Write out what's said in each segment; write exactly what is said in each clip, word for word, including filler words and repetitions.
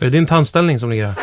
Är det din tandställning som ligger här?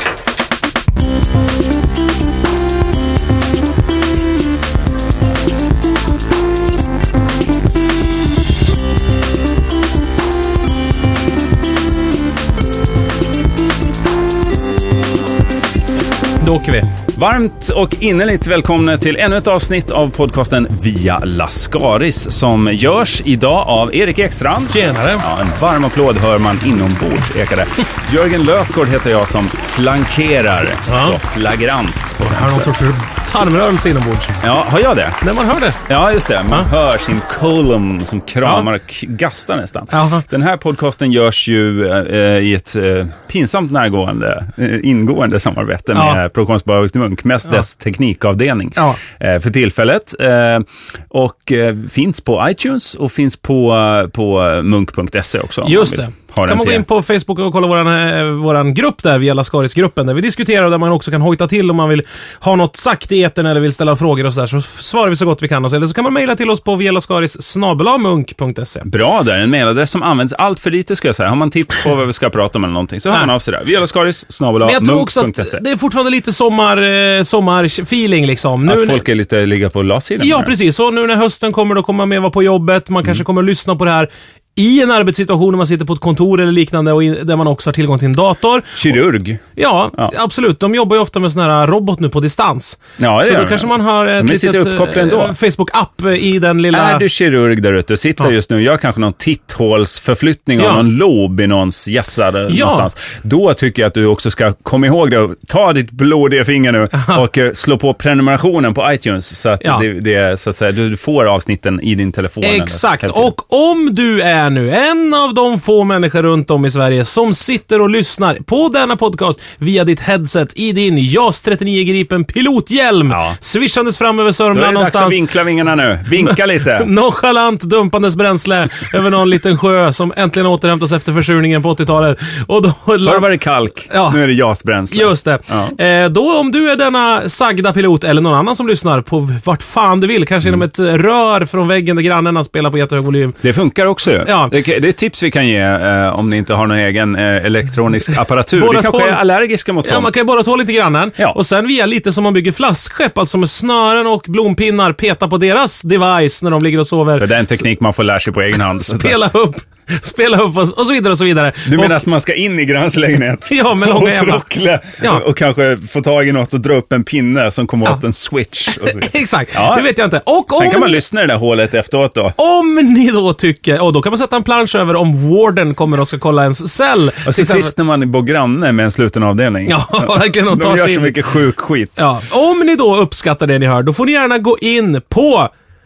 Då åker vi. Varmt och innerligt välkomna till ännu ett avsnitt av podcasten Via Lascaris som görs idag av Erik Ekstrand. Tjenare. Ja, en varm applåd hör man inombords, ekade. Jörgen Lötgård heter jag som flankerar, ja. Så flagrant på det här är någon sorts tarmrörelse inombords. Ja, har jag det? När man hör det. Ja, just det. Man ja. hör sin column som kramar och gastar nästan. Aha. Den här podcasten görs ju eh, i ett eh, pinsamt närgående, eh, ingående samarbete ja. med Produktionsbolaget Munk, mest ja. dess teknikavdelning ja. eh, för tillfället. Eh, och eh, finns på iTunes och finns på, på munk punkt se också. Just det. Kan man gå in på Facebook och kolla våran, våran grupp där, via Lascaris-gruppen, där vi diskuterar och där man också kan hojta till om man vill ha något sagt i etern eller vill ställa frågor och sådär, så svarar vi så gott vi kan. Eller så kan man mejla till oss på via lascaris snabel-a munk punkt se. Bra där, en mejladress som används allt för lite, ska jag säga. Har man tips på vad vi ska prata om eller någonting så hör man av sig där. via lascaris snabel-a munk punkt se. Det är fortfarande lite sommar, eh, sommarfeeling liksom. Nu, att folk är lite ligga på latsidan. Ja, precis. Så nu när hösten kommer, då kommer man med vara på jobbet. Man mm. kanske kommer att lyssna på det här i en arbetssituation när man sitter på ett kontor eller liknande och in, där man också har tillgång till en dator. Kirurg. Ja, ja, absolut. De jobbar ju ofta med sån här robot nu på distans. Ja, det så gör då kanske man har ett litet Facebook-app i den lilla... Är du kirurg där ute, sitter ja. just nu, gör kanske någon titthålsförflyttning ja. av någon lob i någons gässar ja. någonstans. Då tycker jag att du också ska komma ihåg det och ta ditt blodiga finger nu och uh, slå på prenumerationen på iTunes så att, ja. det, det, så att säga, du får avsnitten i din telefon. Exakt. Och om du är nu en av de få människor runt om i Sverige som sitter och lyssnar på denna podcast via ditt headset i din JAS trettionio Gripen pilothjälm, ja. swishandes fram över Sörmland någonstans. Då är det dags att vinkla vingarna nu. Vinka lite. Nonchalant dumpandes bränsle över någon liten sjö som äntligen återhämtas efter försurningen på åttiotalet. Och då Förr var det kalk. Ja. Nu är det JAS-bränsle. Just det. Ja. Eh, då om du är denna sagda pilot eller någon annan som lyssnar på vart fan du vill, kanske mm. genom ett rör från väggen där grannarna spelar på jättehög volym. Det funkar också. Ja. Det, det är tips vi kan ge eh, om ni inte har någon egen eh, elektronisk apparatur. Det kanske är allergiska mot sånt. Ja, man kan ju bara ta lite grannen. Ja. Och sen via lite som man bygger flaskskepp, alltså med snören och blompinnar, peta på deras device när de ligger och sover. Det är en teknik man får lära sig på egen hand. Spela upp. Spela upp och, och så vidare och så vidare. Du menar och, att man ska in i grannens lägenhet ja, med långa och trockla ja. och, och kanske få tag i något och dra upp en pinne som kommer ja. åt en switch. Och så Exakt, ja. det vet jag inte. Och Sen om, kan man lyssna i det där hålet efteråt då. Om ni då tycker, och då kan man sätta en plansch över om warden kommer och ska kolla ens cell. Och så sist när man bor granne med en sluten avdelning. Ja, verkligen. De, de gör så mycket sjuk skit. Ja. Om ni då uppskattar det ni hör, då får ni gärna gå in på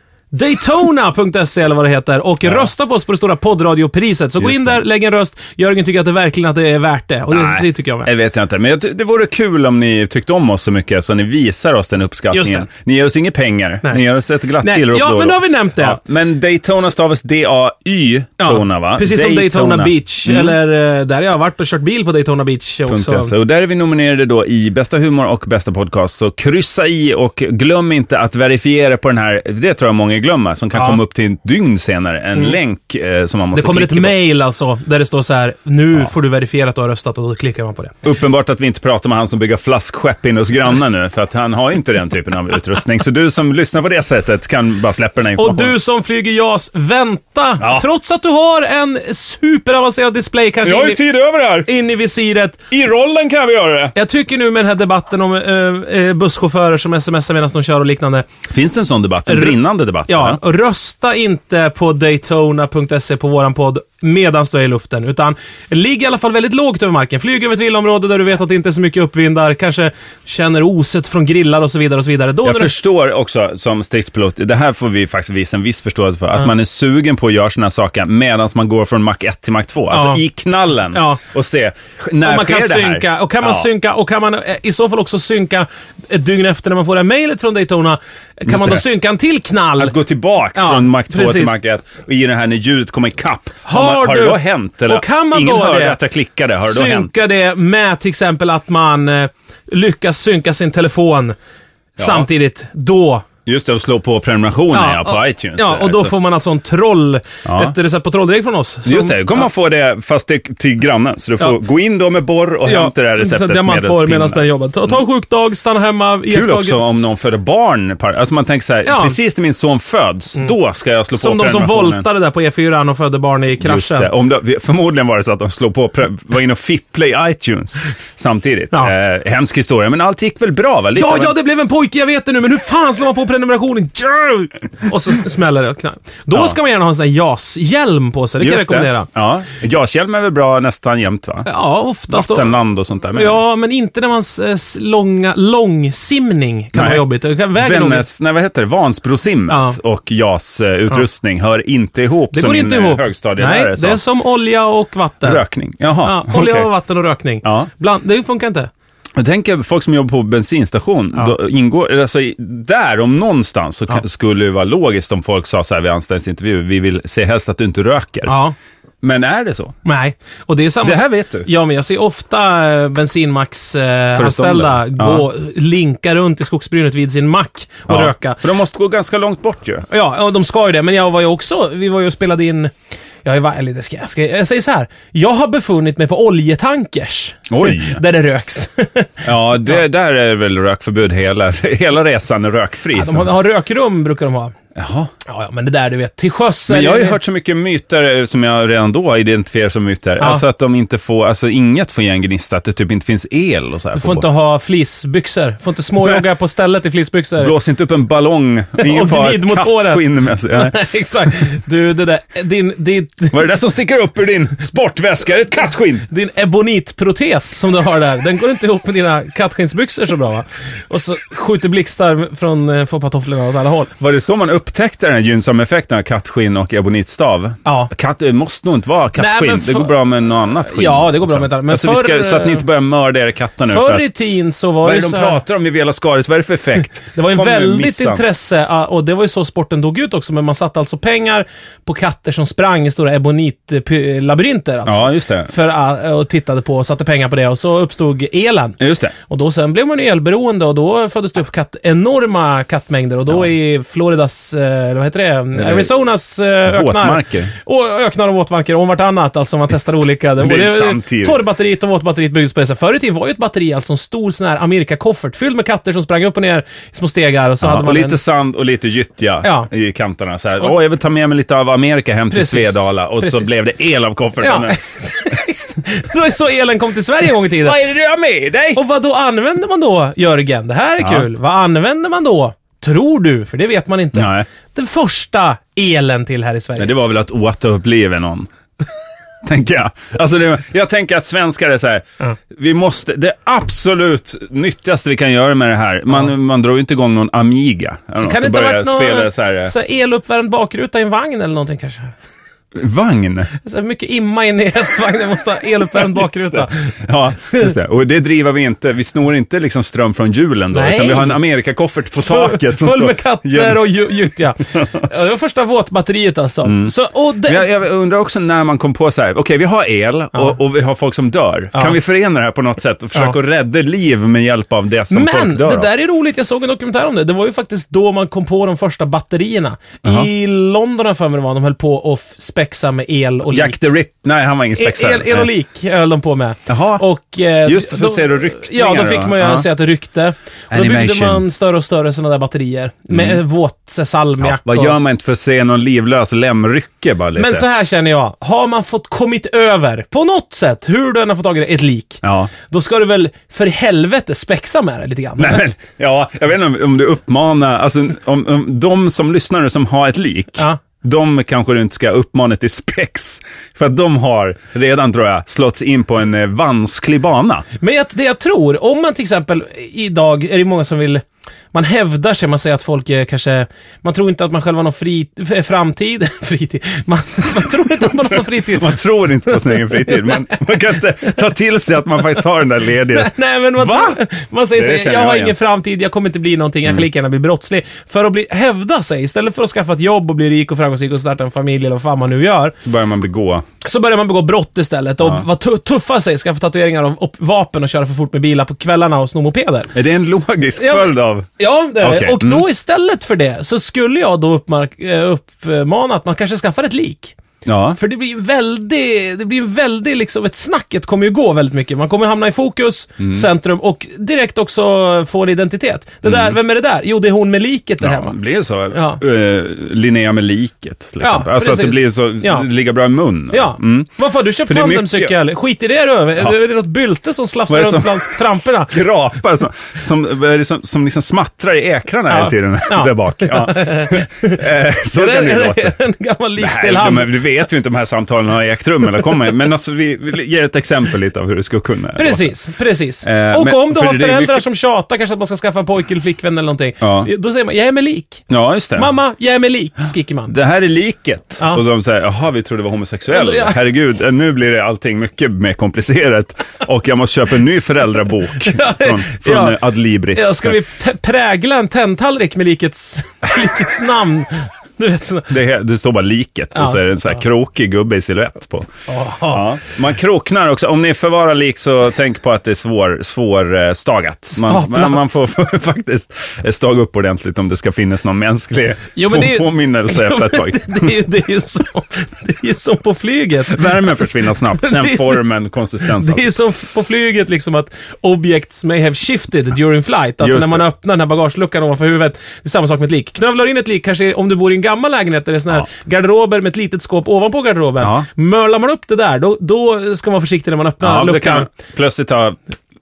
Daytona punkt se eller vad det heter och ja. rösta på oss på det stora poddradiopriset. Så Just gå in där, det. lägg en röst. Jörgen tycker att det verkligen att det är värt det. Och det, det tycker jag med. Det vet jag inte. Men jag, det vore kul om ni tyckte om oss så mycket så ni visar oss den uppskattningen. Ni ger oss inga pengar. Nej. Ni ger oss ett glatt till. Ja, då men då har vi nämnt det. Ja. Men Daytona stavas D A Y Tona, va? Precis Daytona. som Daytona Beach. Mm. Eller där jag har varit och kört bil på Daytona Beach också. Så, och där är vi nominerade då i bästa humor och bästa podcast. Så kryssa i och glöm inte att verifiera på den här. Det tror jag många glömmer som kan ja. komma upp till en dygn senare. En mm. länk eh, som man måste Det kommer ett på. mail alltså, där det står så här: nu ja. får du verifiera att du har röstat, och då klickar man på det. Uppenbart att vi inte pratar med han som bygger flaskskepp in hos grannar nu, för att han har inte den typen av utrustning. Så du som lyssnar på det sättet kan bara släppa den här informationen. Och du som flyger JAS, vänta! Ja. Trots att du har en superavancerad display kanske jag har ju tid över här. In i visiret. I rollen kan vi göra det. Jag tycker nu med den här debatten om äh, busschaufförer som smsar medan de kör och liknande. Finns det en sån debatt? En brinnande debatt? Ja, och rösta inte på Daytona punkt se på våran podd medan du är i luften, utan ligg i alla fall väldigt lågt över marken. Flyg över ett villområde där du vet att det inte är så mycket uppvindar, kanske känner oset från grillar och så vidare och så vidare. Då jag förstår också som stridspilot, det här får vi faktiskt visa en viss förståelse för, att mm. man är sugen på att göra såna saker medan man går från Mach ett till Mach två, alltså ja. i knallen ja. och se när och man sker kan det synka, här. Och kan man ja. synka, och kan man i så fall också synka ett dygn efter när man får det här mejlet från Daytona, kan Just man då det. synka en till knall. Att gå tillbaka ja, från Mach två precis. till Mach ett och i det här när ljudet kommer i kapp. Har, har, man, har du, det då hänt? Eller? Och kan man Ingen då hörde det, att jag klickade. Har det då hänt? Synka det med till exempel att man eh, lyckas synka sin telefon ja. samtidigt, då Just det, att slå på prenumerationen ja, ja, på och, iTunes. Ja, och då så. får man alltså en troll, ja. ett recept på trolldeg från oss. Som, Just det, då kommer ja. man få det fast det, till grannen. Så du får ja. gå in då med borr och ja. hämta det här receptet medan medan den jobbar. Ta, ta en sjukdag, stanna hemma. Kul också om någon föder barn. Alltså man tänker så här, ja. precis när min son föds, mm. då ska jag slå som på prenumerationen. Som de som voltade där på E fyra och födde barn i kraschen. Just det, om det, förmodligen var det så att de slog på, var inne och fipplade i iTunes samtidigt. Ja. Eh, hemsk historia, men allt gick väl bra va? Lite ja, ja, det blev en pojke, jag vet det nu, men hur fan slår man på prenumerationen? Och så smäller det. Då ja. ska man gärna ha en sån här JAS-hjälm på sig, det kan jag rekommendera. Ja, JAS-hjälm är väl bra nästan jämt va? Ja, oftast. Vattenland och sånt där. Men... Ja, men inte när man s- långa, långsimning kan nej. vara jobbigt. Vännäs, nej vad heter det? Vansbrosimmet ja. och JAS-utrustning ja. hör inte ihop det som går inte min ihop. högstadielärare. Nej, det är som olja och vatten. Rökning, jaha. Ja, olja okay. och vatten och rökning. Ja. Bland, det funkar inte. Jag tänker folk som jobbar på bensinstation, ja. då ingår, alltså, där om någonstans så ja. skulle det vara logiskt om folk sa så här vid anställningsintervju, vi vill se helst att du inte röker. Ja. Men är det så? Nej. Och det är samma. Det här vet du. Ja, men jag ser ofta eh, bensinmax-anställda eh, gå, ja. linka runt i skogsbrynet vid sin mack och ja. röka. För de måste gå ganska långt bort ju. Ja, och de ska ju det. Men jag var ju också, vi var ju och spelade in... Jag, var, eller det ska, jag, ska, jag säger så här. Jag har befunnit mig på oljetankers. Oj. Där det röks. Ja, det, ja. där är väl rökförbud hela, hela resan är rökfri. Ja, de har, har rökrum brukar de ha. Jaha. Ja, ja, men det där du vet, till sjöss. Men jag har ju hört så mycket myter som jag redan då identifierar som myter. Ja. Alltså att de inte får, alltså inget får ge en gnista, att det typ inte finns el och så här. Du får inte ha flisbyxor. Du får inte småjogga på stället i flisbyxor. Blås inte upp en ballong. Ingen får ett kattskinn med sig. Ja. Exakt. Du, det där, din, din... Vad är det där som sticker upp ur din sportväska? Ett kattskinn. Din ebonitprotes som du har där, den går inte ihop med dina kattskinsbyxor så bra va? Och så skjuter blixtar från fotpatofflorna åt alla håll. Var det så man upptäckte den här gynnsamma effekten av kattskinn och ebonitstav? Ja. Katt, det måste nog inte vara kattskinn. Nej, för... Det går bra med något annat skinn. Ja, det går bra med ett annat. Men alltså, för... vi ska, så att ni inte börjar mörda era katter nu. Förr i tiden så var det ju så... Vad är det de pratar om i Vela Skaris? Vad är det för effekt? Det var ju väldigt intresse, och det var ju så sporten dog ut också, men man satte alltså pengar på katter som sprang i stora ebonitlabyrinter alltså, ja, just det. För, och tittade på och satte pengar på det, och så uppstod elen. Just det. Och då sen blev man ju elberoende, och då föddes det upp katt, enorma kattmängder, och då ja. i Floridas, vad heter det? Arizonas öknar. Våtmarker. Och öknar och våtmarker om vartannat, alltså man testar olika. Det, det, torrbatteriet och våtbatteriet byggdes på det. Så förr i tiden var ju ett batteri, alltså en stor sån här Amerika-koffert fylld med katter som sprang upp och ner i små stegar, och så ja, hade man och lite en... sand och lite gyttja ja. i kanterna så här. Åh, jag vill ta med mig lite av Amerika hem till Precis. Svedala, och Precis. så blev det el av kofferten. Ja. Det var så elen kom till Sverige en gång i tiden. Vad är det du har med dig? Och vad då använder man då, Jörgen? Det här är ja. kul. Vad använder man då? Tror du? För det vet man inte. Nej. Den första elen till här i Sverige. Nej, det var väl att återuppleva någon. Tänker jag. Alltså det, jag tänker att svenskar är så här, uh. vi måste, det absolut nyttigaste vi kan göra med det här, man, uh. man drar ju inte igång någon Amiga. Eller kan det inte vara någon så här, så här eluppvärmd bakruta i en vagn eller någonting kanske? Vagn? Så mycket imma in i hästvagnen, måste ha eluppvärmd bakruta. Ja, just det. Och det driver vi inte, vi snor inte liksom ström från hjulen då, Nej. utan vi har en Amerika-koffert på taket. Full med katter och gyttja. Ja, det var första våtbatteriet alltså. Mm. Så, och det... jag, jag undrar också när man kom på så här, okej okay, vi har el och, ja. och vi har folk som dör. Ja. Kan vi förena det här på något sätt och försöka ja. rädda liv med hjälp av det som Men, folk dör Men det där är roligt, jag såg en dokumentär om det. Det var ju faktiskt då man kom på de första batterierna. Uh-huh. I London för mig var de höll på att spexa med el och Jack the Rip, nej han var ingen spexare. El, el och lik höll de på med. Jaha, och, eh, just för att se det ryckningar. Ja, då fick man ju uh-huh. se att det ryckte. Och då byggde man större och större sådana där batterier. Med mm. våt salmiak. Ja, vad gör man inte för att se någon livlös lämrycke bara lite? Men så här känner jag, har man fått kommit över på något sätt, hur du än har fått tag i ett lik, ja. då ska du väl för helvete spexa med det lite grann. Nej, men, ja, jag vet inte om, om du uppmanar, alltså om, om de som lyssnar nu som har ett lik, ja. de kanske du inte ska uppmana till spex. För att de har redan, tror jag, slått in på en eh, vansklig bana. Men jag, det jag tror, om man till exempel idag är det många som vill, man hävdar sig, man säger att folk är kanske, man tror inte att man själv har någon fri, framtid, fritid, man, man tror inte att man har någon fritid. Man tror inte på sin egen fritid, man, man kan inte ta till sig att man faktiskt har den där ledigheten. Nej, men man, man säger så, jag har jag ingen framtid, jag kommer inte bli någonting, jag kan lika gärna bli brottslig. För att bli, hävda sig, istället för att skaffa ett jobb och bli rik och framgångsrik och starta en familj eller vad fan man nu gör. Så börjar man begå. Så börjar man begå brott istället och ja. vara tu- tuffa sig, skaffa tatueringar och, och vapen och köra för fort med bilar på kvällarna och sno mopeder. Är det en logisk ja, följd av av... Ja, det är det. Okay. Och då istället för det så skulle jag då uppmark- uppmana att man kanske skaffar ett lik. Ja. För det blir väldigt, det blir väldigt liksom, ett snacket kommer ju gå väldigt mycket. Man kommer hamna i fokus, mm. centrum och direkt också få en identitet. Det där, mm. vem är det där? Jo, det är hon med liket där ja, hemma. Det blir så. Ja. Uh, Linnea med liket. Till ja, alltså att det blir så, ja. ligga bra i mun. Ja. Mm. Varför har du köpt tandemcykel? Mycket... Skit i det då. Ja. Är det något bylte som slafsar runt bland tramporna? Skrapar som, som, som, som liksom smattrar i ekrarna ja. hela tiden ja. där bak. Ja. så det kan det, det låta. En gammal likstelhand. Du vet ju inte de här samtalen har ägt rum eller kommer. Men alltså, vi, vi ger ett exempel lite av hur det ska kunna. Precis, låta. precis. Eh, och men, om du har föräldrar mycket... som tjatar kanske att man ska skaffa en pojke eller flickvän eller någonting. Ja. Då säger man, jag är med lik. Ja, just det. Mamma, jag är med lik, skriker man. Det här är liket. Ja. Och de säger, jaha, vi trodde det var homosexuell. Ja. Herregud, nu blir det allting mycket mer komplicerat. Och jag måste köpa en ny föräldrabok från, från ja. Adlibris. Ja, ska vi t- prägla en tenntallrik med likets, likets namn? Du vet, så... det, det står bara liket ja, och så är det en så här ja. krokig gubbe i silhuett på. Ja. Man kroknar också. Om ni förvarar lik så tänk på att det är svår, svår stagat. Man, man, man får faktiskt staga upp ordentligt om det ska finnas någon mänsklig jo, men det är, påminnelse efter ett tag. Det, det, är, det är ju så, det är ju som på flyget. Värmen försvinner snabbt, sen det, formen, konsistensen. Det är som på flyget liksom att objects may have shifted during flight. Alltså när man det. öppnar den här bagageluckan ovanför huvudet. Det är samma sak med ett lik. Knövlar in ett lik, kanske om du bor i en gammal lägenhet där det är såna här ja. garderober med ett litet skåp ovanpå garderoben. Ja. Mörlar man upp det där, då, då ska man vara försiktig när man öppnar ja, luckan. Kan plötsligt ha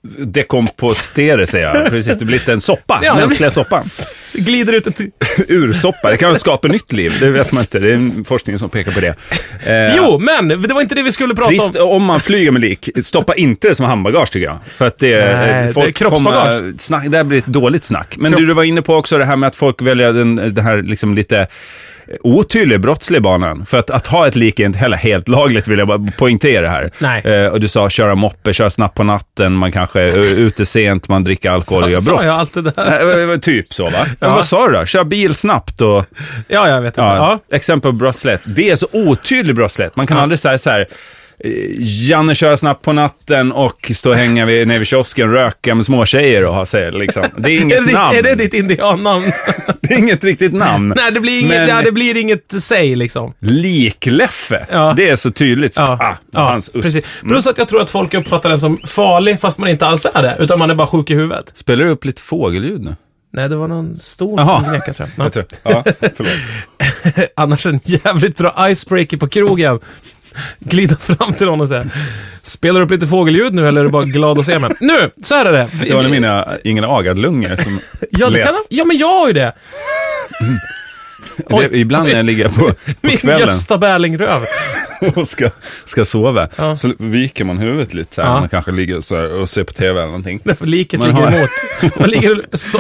dekompostere sig jag. Precis, det blir lite en soppa. Ja, mänskliga soppan. Glider ut ett... Ursoppa. Det kan skapa nytt liv. Det vet man inte. Det är en forskning som pekar på det. Eh, jo, men det var inte det vi skulle prata trist, om. Om man flyger med lik, stoppa inte det som handbagage tycker jag. För att det, Nej, folk det är kroppsbagage. Kommer, snack, det här blir ett dåligt snack. Men Kropp. du, du var inne på också det här med att folk väljer den, den här liksom lite otydlig brottslig banan. För att, att ha ett lik är inte heller helt lagligt, vill jag bara poängtera här. Nej. Eh, och du sa köra moppe, köra snabbt på natten, man kanske är ute sent, man dricker alkohol och gör brott. Sa jag allt det där? Eh, typ så va? Ja. Men vad sa du då? Kör bil snabbt och... Ja, jag vet inte. Ja, ja. Exempel på brottslighet. Det är så otydlig brottslighet. Man kan ja. aldrig säga så här... Janne kör snabbt på natten och stå och hänga vid, nere vid kiosken, röka med små tjejer och ha sig liksom. Det är inget är det, namn. Är det ditt indiannamn? Det är inget riktigt namn. Nej, det blir inget, men, ja, det blir inget säg liksom. Likleffe. Ja. Det är så tydligt. Ja, ah, ja hans precis. Plus att jag tror att folk uppfattar den som farlig fast man inte alls är det, utan man är bara sjuk i huvudet. Spelar du upp lite fågelljud nu? Nej, det var någon stol Aha. som gnäckade, tror jag. jag tror. Ja, förlåt. Annars en jävligt bra icebreaker på krogen. Glida fram till honom och säga: spelar du upp lite fågelljud nu eller är du bara glad att se mig? Nu, så är det det. Det var mina Ingela Agard-lungor som ja, det kan, ja, men jag har ju det. Mm. Det, ibland när jag ligger på, på min kvällen min Gösta Berlingröv och ska, ska sova ja. så viker man huvudet lite så här, ja. man kanske ligger så här och ser på tv eller någonting. Liket man ligger har... emot. Man ligger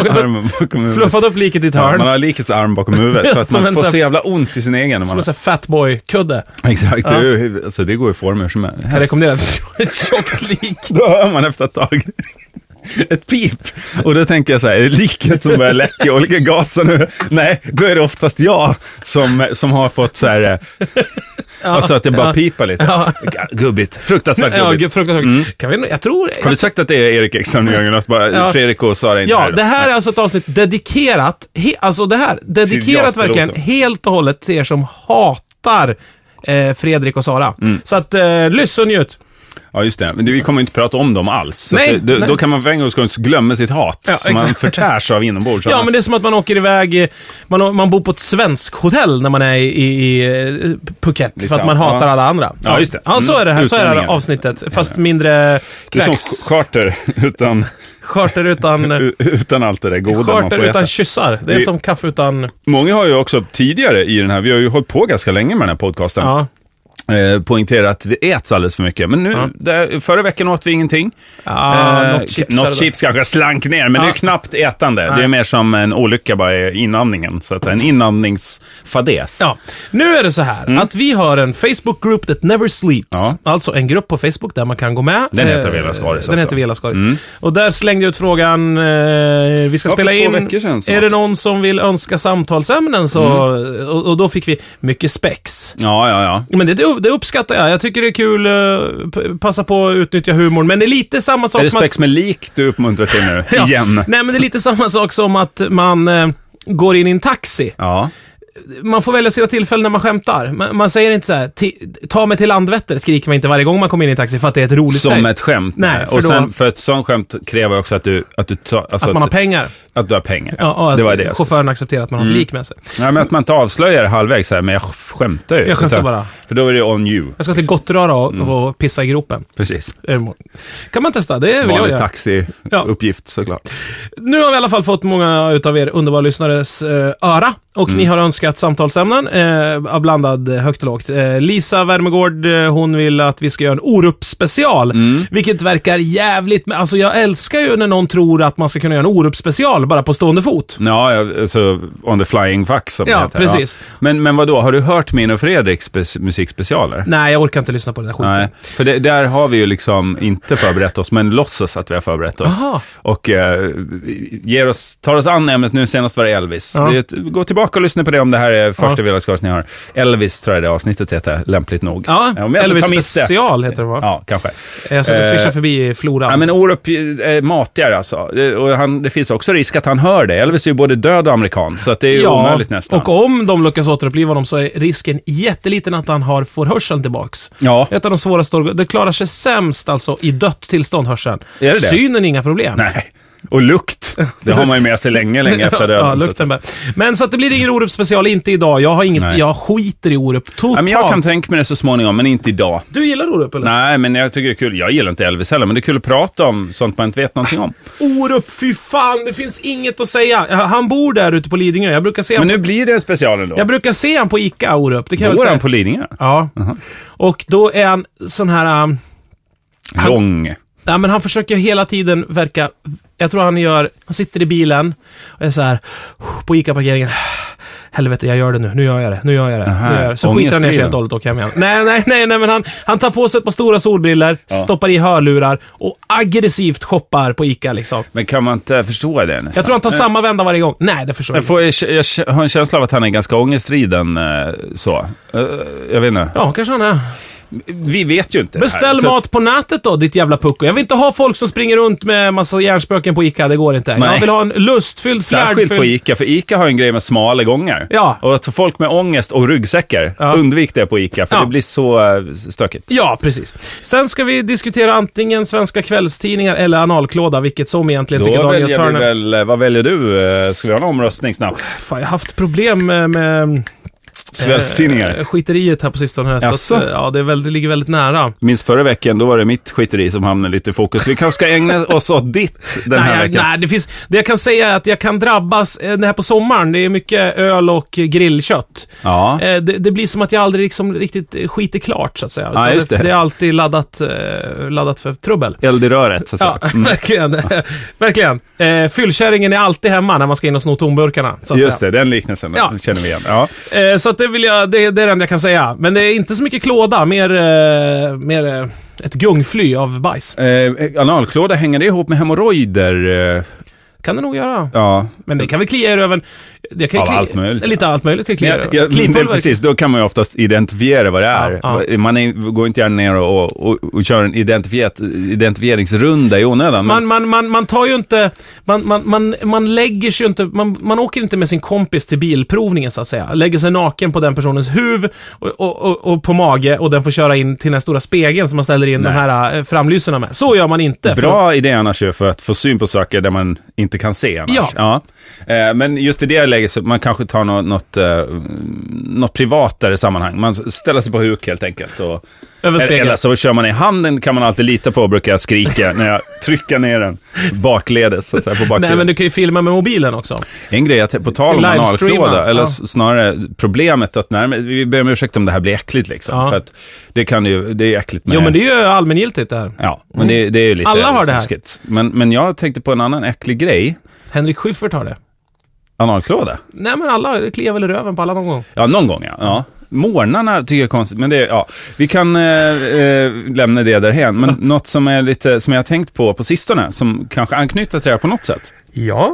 upp, fluffat upp liket i ett hörn. Ja, man har likets arm bakom huvudet för att man får så, så jävla ont i sin egen. Som man en sån här fatboy-kudde. Exakt, ja. det, är, alltså, det går i former som är. Jag rekommenderar ett tjockt lik. Då hör man efter ett tag ett pip. Och då tänker jag så här, är det liket som börjar läcka olika gaser nu? Nej, då är det oftast jag som, som har fått så här ja, alltså att det bara ja, pipar lite. Ja. Gubbigt, fruktansvärt gubbigt. Ja, fruktansvärt. Mm. Kan vi, jag tror Har du sagt att det är Erik Ekström Jörgen, att bara ja. Fredrik och Sara inte ja, här? Ja, det här är alltså ett avsnitt dedikerat, he, alltså det här, dedikerat verkligen helt och hållet till er som hatar eh, Fredrik och Sara. Mm. Så att, eh, lyssna och njut. Ja, just det. Men vi kommer inte prata om dem alls. Nej, det, nej. Då kan man för en gång ska glömma sitt hat. Ja, så man förtärs av inombords. Ja, men det är som att man åker iväg, man, man bor på ett svensk hotell när man är i, i, i Phuket. Lite, för att man hatar ja. alla andra. Ja, just det. Ja, så är det här. Så är det här avsnittet. Fast mindre kräks. Det är som charter utan... Charter utan... utan allt det där goda charter man får utan äta. Kyssar. Det är vi, som kaffe utan... Många har ju också tidigare i den här, vi har ju hållit på ganska länge med den här podcasten. Ja. Eh, poängtera att vi äts alldeles för mycket. Men nu, ja. där, förra veckan åt vi ingenting. Ja, eh, något chips, något chips kanske slank ner, men ja. det är knappt ätande. Nej. Det är mer som en olycka bara i inandningen. Så att en inandningsfadäs. Ja. Nu är det så här mm. att vi har en Facebook group that never sleeps. Ja. Alltså en grupp på Facebook där man kan gå med. Den heter Vela Skaris. Den heter Vela Skaris. Mm. Och där slängde jag ut frågan, eh, vi ska ja, spela in. Sedan, är det någon som vill önska samtalsämnen så, mm. och, och då fick vi mycket spex. Ja, ja, ja. Men det, det uppskattar jag. Jag tycker det är kul uh, passa på att utnyttja humor. Men det är lite samma sak är det som spex att... med lik du uppmuntrar till nu? ja. Igen. Nej, men det är lite samma sak som att man uh, går in i en taxi. Ja. Man får välja sina tillfällen när man skämtar. Man, man säger inte så här, ta mig till Landvetter, skriker man inte varje gång man kommer in i en taxi för att det är ett roligt som säg. ett skämt. Nej, för och då, sen för ett sånt skämt kräver också att du att du tar, alltså att man att, har pengar. Att du har pengar. Ja, och att det var det. chauffören accepterar att man har ett mm. lik med sig. Nej, men att man inte avslöjar halvvägs så här, men jag skämtar ju. Jag skämtar utan, bara. För då är det on you. Jag ska till Gottröra och, mm. och pissa i gropen. Precis. Kan man testa? Det vill jag göra. taxiuppgift ja. såklart. Nu har vi i alla fall fått många utav er underbara lyssnares uh, öra. Och mm. ni har önskat samtalsämnen eh, blandad högt och lågt. Eh, Lisa Värmegård, eh, hon vill att vi ska göra en Orup-special. Mm. Vilket verkar jävligt... Alltså jag älskar ju när någon tror att man ska kunna göra en Orup-special bara på stående fot. Ja, alltså on the flying fuck som ja, det heter. Precis. Ja. Men, men vadå, har du hört min och Fredriks spe- musikspecialer? Nej, jag orkar inte lyssna på det där skiten. Nej, för det, där har vi ju liksom inte förberett oss, men låtsas att vi har förberett oss. Aha. Och eh, ger oss, tar oss an ämnet nu, senast var det Elvis. Ja. Vi, gå tillbaka och lyssna på det om det här är första ja. Villaskars ni har. Elvis tror jag det avsnittet heter, lämpligt nog. Ja, ja Elvis special heter det va? Ja, kanske. Jag ska swisha eh, förbi floran. Ja, men Orup är matigare alltså. Och han, det finns också risk att han hör det. Elvis är ju både död och amerikan, så att det är ju ja, omöjligt nästan. Och om de lyckas återuppliva honom så är risken jätteliten att han har får hörseln tillbaks. Ja. Ett av de svåraste, det klarar sig sämst alltså i dött tillstånd hörseln. Är det det? Synen är inga problem. Nej. Och lukt, det har man ju med sig länge, länge efter döden. Ja, lukten så men så att det blir ingen Orup special, inte idag. Jag har inget, jag skiter i Orup totalt. Ja, men jag kan tänka mig det så småningom, men inte idag. Du gillar Orup eller? Nej, men jag tycker det är kul. Jag gillar inte Elvis heller, men det är kul att prata om sånt man inte vet någonting om. Orup, fy fan, det finns inget att säga. Han bor där ute på Lidingö. Jag brukar se men nu på... blir det en special ändå. Jag brukar se han på Ica, Orup. Det kan bor jag säga. Han på Lidingö? Ja. Uh-huh. Och då är han sån här... Um, Lång. Han... Ja, men han försöker hela tiden verka... Jag tror han gör... Han sitter i bilen och är så här på Ica-parkeringen. Helvete, jag gör det nu. Nu gör jag det. Nu gör jag det. Aha, nu gör jag det. Så skiter han ner sig helt och åker hem igen. Nej, nej, nej, nej, men han, han tar på sig ett par stora solbriller, ja. stoppar i hörlurar och aggressivt shoppar på Ica liksom. Men kan man inte förstå det nästan? Jag tror han tar samma vända varje gång. Nej, det förstår jag, jag får, jag, jag har en känsla av att han är ganska ångestriden så. Jag vet inte. Ja, kanske han är. Vi vet ju inte. Beställ det här, mat på nätet då, ditt jävla pucko. Jag vill inte ha folk som springer runt med massa hjärnspöken på Ica, det går inte. Nej. Jag vill ha en lustfylld slärdfylld... Särskilt på Ica, för Ica har en grej med smala gångar. Ja. Och att folk med ångest och ryggsäckar, ja. undvik det på Ica, för ja. det blir så uh, stökigt. Ja, precis. Sen ska vi diskutera antingen svenska kvällstidningar eller analklåda, vilket som egentligen då tycker Daniel väljer Turner... vi väl, vad väljer du? Ska vi ha en omröstning snabbt? Fan, jag har haft problem med... med... Svällstidningar. Eh, skiteriet här på sistone här. Jaså? Så att, ja, det, är väl, det ligger väldigt nära. Minns förra veckan, då var det mitt skiteri som hamnade lite i fokus. Vi kanske ska ägna oss åt ditt den här nej, veckan. Nej, det finns... Det jag kan säga är att jag kan drabbas... Det här på sommaren, det är mycket öl och grillkött. Ja. Eh, det, det blir som att jag aldrig liksom riktigt skiter klart, så att säga. Ja, just det. Det, det är alltid laddat, eh, laddat för trubbel. Eld i röret, så att säga. Ja, mm. verkligen. verkligen. Eh, fyllkärringen är alltid hemma när man ska in och sno tomburkarna. Så att just säga. det, den liknelsen ja. känner vi igen. Ja. Eh, så att det vill jag... Det, det är det enda jag kan säga. Men det är inte så mycket klåda, mer, eh, mer eh, ett gungfly av bajs. Eh, analklåda, hänger det ihop med hemorrojder? Eh? Kan det nog göra. Ja. Men det kan vi klia i röven. Det kan Av klia, allt möjligt. Lite allt möjligt kan klia ja, ja, men precis, då kan man ju oftast identifiera vad det är. Ja, ja. Man är, går inte gärna ner och, och, och, och kör en identifieringsrunda i onödan. Men... Man, man, man, man tar ju inte... Man, man, man, man lägger sig inte... Man, man åker inte med sin kompis till bilprovningen, så att säga. Lägger sig naken på den personens huvud och, och, och, och på mage, och den får köra in till den stora spegeln som man ställer in Nej. de här framlyserna med. Så gör man inte. Bra för... idé annars ju, för att få syn på saker där man inte kan se annars. Ja. ja. Eh, men just i det läget så man kanske tar något, något, uh, något privatare sammanhang. Man ställer sig på huk helt enkelt. Och, eller så kör man i handen, kan man alltid lita på, brukar jag skrika när jag trycker ner den bakledes så att säga, på baksidan. Nej, men du kan ju filma med mobilen också. En grej att på tal om analklåda, eller ja. snarare problemet att när, vi ber om ursäkt om det här blir äckligt liksom, ja. för att det kan ju, det är äckligt med... Jo, men det är ju allmängiltigt det här. Ja, men mm. det, det är ju lite... Alla har det här. Men, men jag tänkte på en annan äcklig grej. Henrik Schyffert har det. Analklåda? Nej, men alla kliar väl i röven på alla någon gång. Ja, någon gång, ja. ja. Morgnarna tycker jag är konstigt, men det, ja, vi kan eh, lämna det därhen. Men något som är lite, som jag har tänkt på på sistone, som kanske anknyter till det här på något sätt. Ja.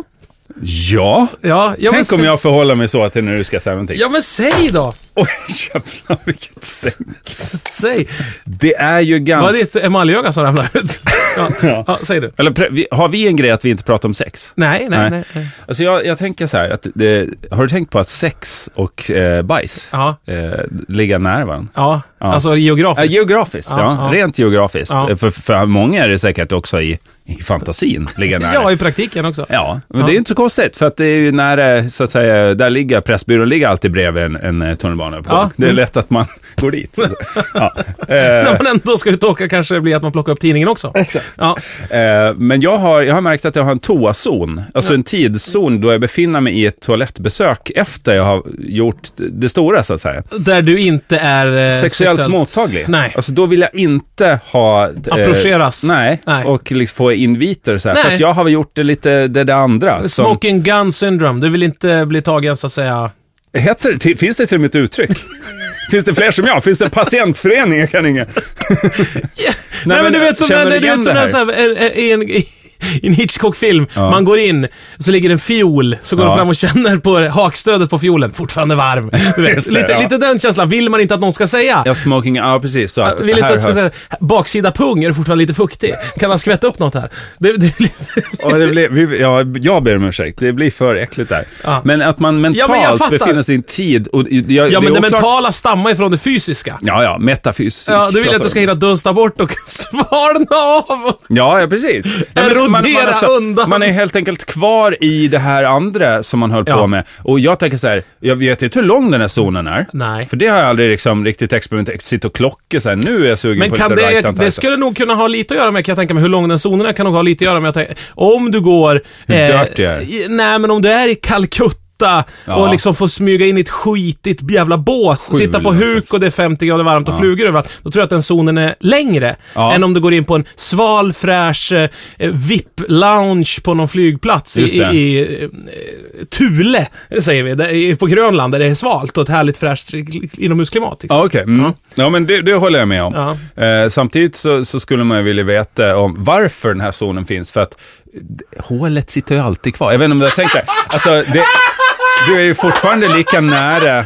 Ja, Ja, ja tänk men om sä- jag förhåller mig så till när du ska säga någonting. Ja, men säg då! Oj, jävlar, vilket säng. S- Säg! Det är ju Var ganska... det ett emaljöga som ramlade ut? Ja, Ja. ja, säg du. Eller, pre- vi- har vi en grej att vi inte pratar om sex? Nej, nej, nej. Nej. nej. Alltså jag, jag tänker så här, att det, har du tänkt på att sex och eh, bajs Ja. eh, ligger nära varandra? Ja, Ja. alltså Ja, geografiskt. geografiskt, ja. Ja, ja. Rent geografiskt. Ja. För, för många är det säkert också i, i fantasin ligger nära. Ja, i praktiken också. Ja, men Ja. det är inte så konstigt för att det är ju nära, så att säga, där ligger Pressbyrån ligger alltid bredvid en, en tunnelbaneuppgång. Ja. Det är lätt att man går dit. Ja. När Eh, man ändå ska ut och åka kanske det blir att man plockar upp tidningen också. Exakt. Ja. eh, men jag har, jag har märkt att jag har en toazon, alltså en tidszon då jag befinner mig i ett toalettbesök efter jag har gjort det stora, så att säga. Där du inte är eh, Sexuellt mottaglig. Nej. Alltså då vill jag inte ha... Eh, Approcheras. nej, Nej. och liksom få inviter så här. Nej. För att jag har gjort det lite det, det andra. Som, Smoking gun syndrome. Du vill inte bli tagen så att säga. heter, till, finns det till och med ett uttryck? Finns det fler som jag? Finns det en patientförening? Jag kan inga. Nej, men, men du vet som känner när, du du igen vet som det när, här? så här, i en, i en Hitchcock-film, Ja. man går in och så ligger en fiol, så går Ja. man fram och känner på hakstödet på fiolen, fortfarande varm. Du vet, Just det, lite, ja. lite den känslan vill man inte att någon ska säga. Ja, smoking, ja precis. Så att, Vill inte här, att ska säga, baksida pung är fortfarande lite fuktig. Kan han skvätta upp något här? Det, det, ja, det blir, vi, ja, jag ber om ursäkt. Det blir för äckligt där. Ja. Men att man mentalt Ja, men jag fattar. befinner sig i en tid. Och, jag, ja, men det är oklart- mentala stammar ifrån det fysiska. Ja, ja, metafysik. Ja, du vill att pratar det ska vi om. hinna dunsta bort och svalna av. Ja, ja, precis. Ja, men Erodera undan. Man är helt enkelt kvar i det här andra som man höll Ja. på med. Och jag tänker så här, jag vet inte hur lång den här zonen är. Nej. För det har jag aldrig liksom riktigt experimenterat. Sitta och klocka så här, nu är jag sugen Men på kan lite det, right on det time. skulle nog kunna ha lite att göra med, kan jag tänka mig, hur lång den zonen är, kan nog ha lite att göra med att jag tänker, om du går... Hur dirty är det? i- Nej, men om du är i Calcutta Ja. och liksom får smyga in i ett skitigt jävla bås, Sju sitta på någonstans. huk och det är femtio grader varmt och Ja. flugor överallt, då tror jag att den zonen är längre Ja. än om du går in på en sval, fräsch eh, V I P-lounge på någon flygplats i, Just det. i, i eh, Thule, säger vi, där, i- på Grönland där det är svalt och ett härligt fräscht inomhusklimat. Liksom. Ja, okej. Mm. Ja. Ja, men det, det håller jag med om. Ja. Eh, samtidigt så, så skulle man ju vilja veta om varför den här zonen finns. För att d- hålet sitter ju alltid kvar. Jag vet inte om du har tänkt det. Alltså, det, du är ju fortfarande lika nära.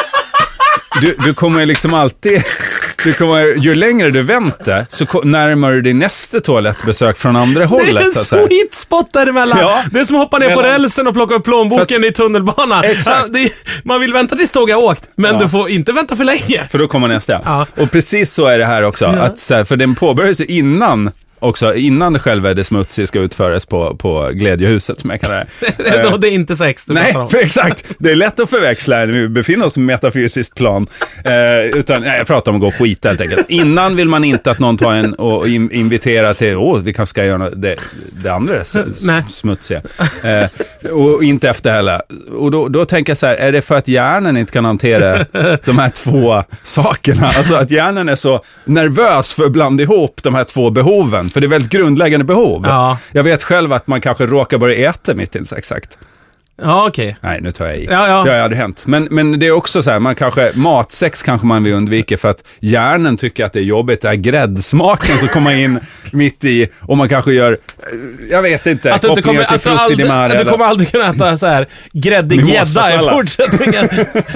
Du, du kommer ju liksom alltid... Du kommer, ju längre du väntar så ko- närmar du dig nästa toalettbesök från andra hållet. Det är så en att säga. sweet spot däremellan. Ja. Det är som att hoppa ner på Mellan- rälsen och plocka upp plånboken För i tunnelbanan. Exakt. Ja, det är, man vill vänta tills tåget har åkt, men Ja. du får inte vänta för länge. För då kommer nästa. Ja. Och precis så är det här också. Ja. Att, så här, för den påbörjas ju innan också, innan själva det smutsiga ska utföras på, på glädjehuset, som jag kallar det. Då det är inte sex du Nej, pratar om. för exakt. Det är lätt att förväxla när vi befinner oss på metafysiskt plan. Eh, utan, nej, jag pratar om att gå och skita helt enkelt. Innan vill man inte att någon tar en och in, inviterar till, åh, vi kanske ska göra det, det andra s- Nej. smutsiga. Eh, och inte efter heller. Och då, då tänker jag så här, är det för att hjärnan inte kan hantera de här två sakerna? Alltså att hjärnan är så nervös för att blanda ihop de här två behoven. För det är väldigt grundläggande behov. Ja. Jag vet själv att man kanske råkar börja äta mitt i exakt. Ja, okej. Nej, nu tar jag i. Ja, ja. Det har aldrig hänt. Men, men det är också så här, man kanske, matsex kanske man vill undvika för att hjärnan tycker att det är jobbigt. Det här gräddsmaken som kommer in mitt i och man kanske gör, jag vet inte, Att du inte kommer, kopplingar till att du frutti aldrig, di mare. att du eller- kommer aldrig kunna äta så här gräddig gädda i Mimosasallad. fortsättningen.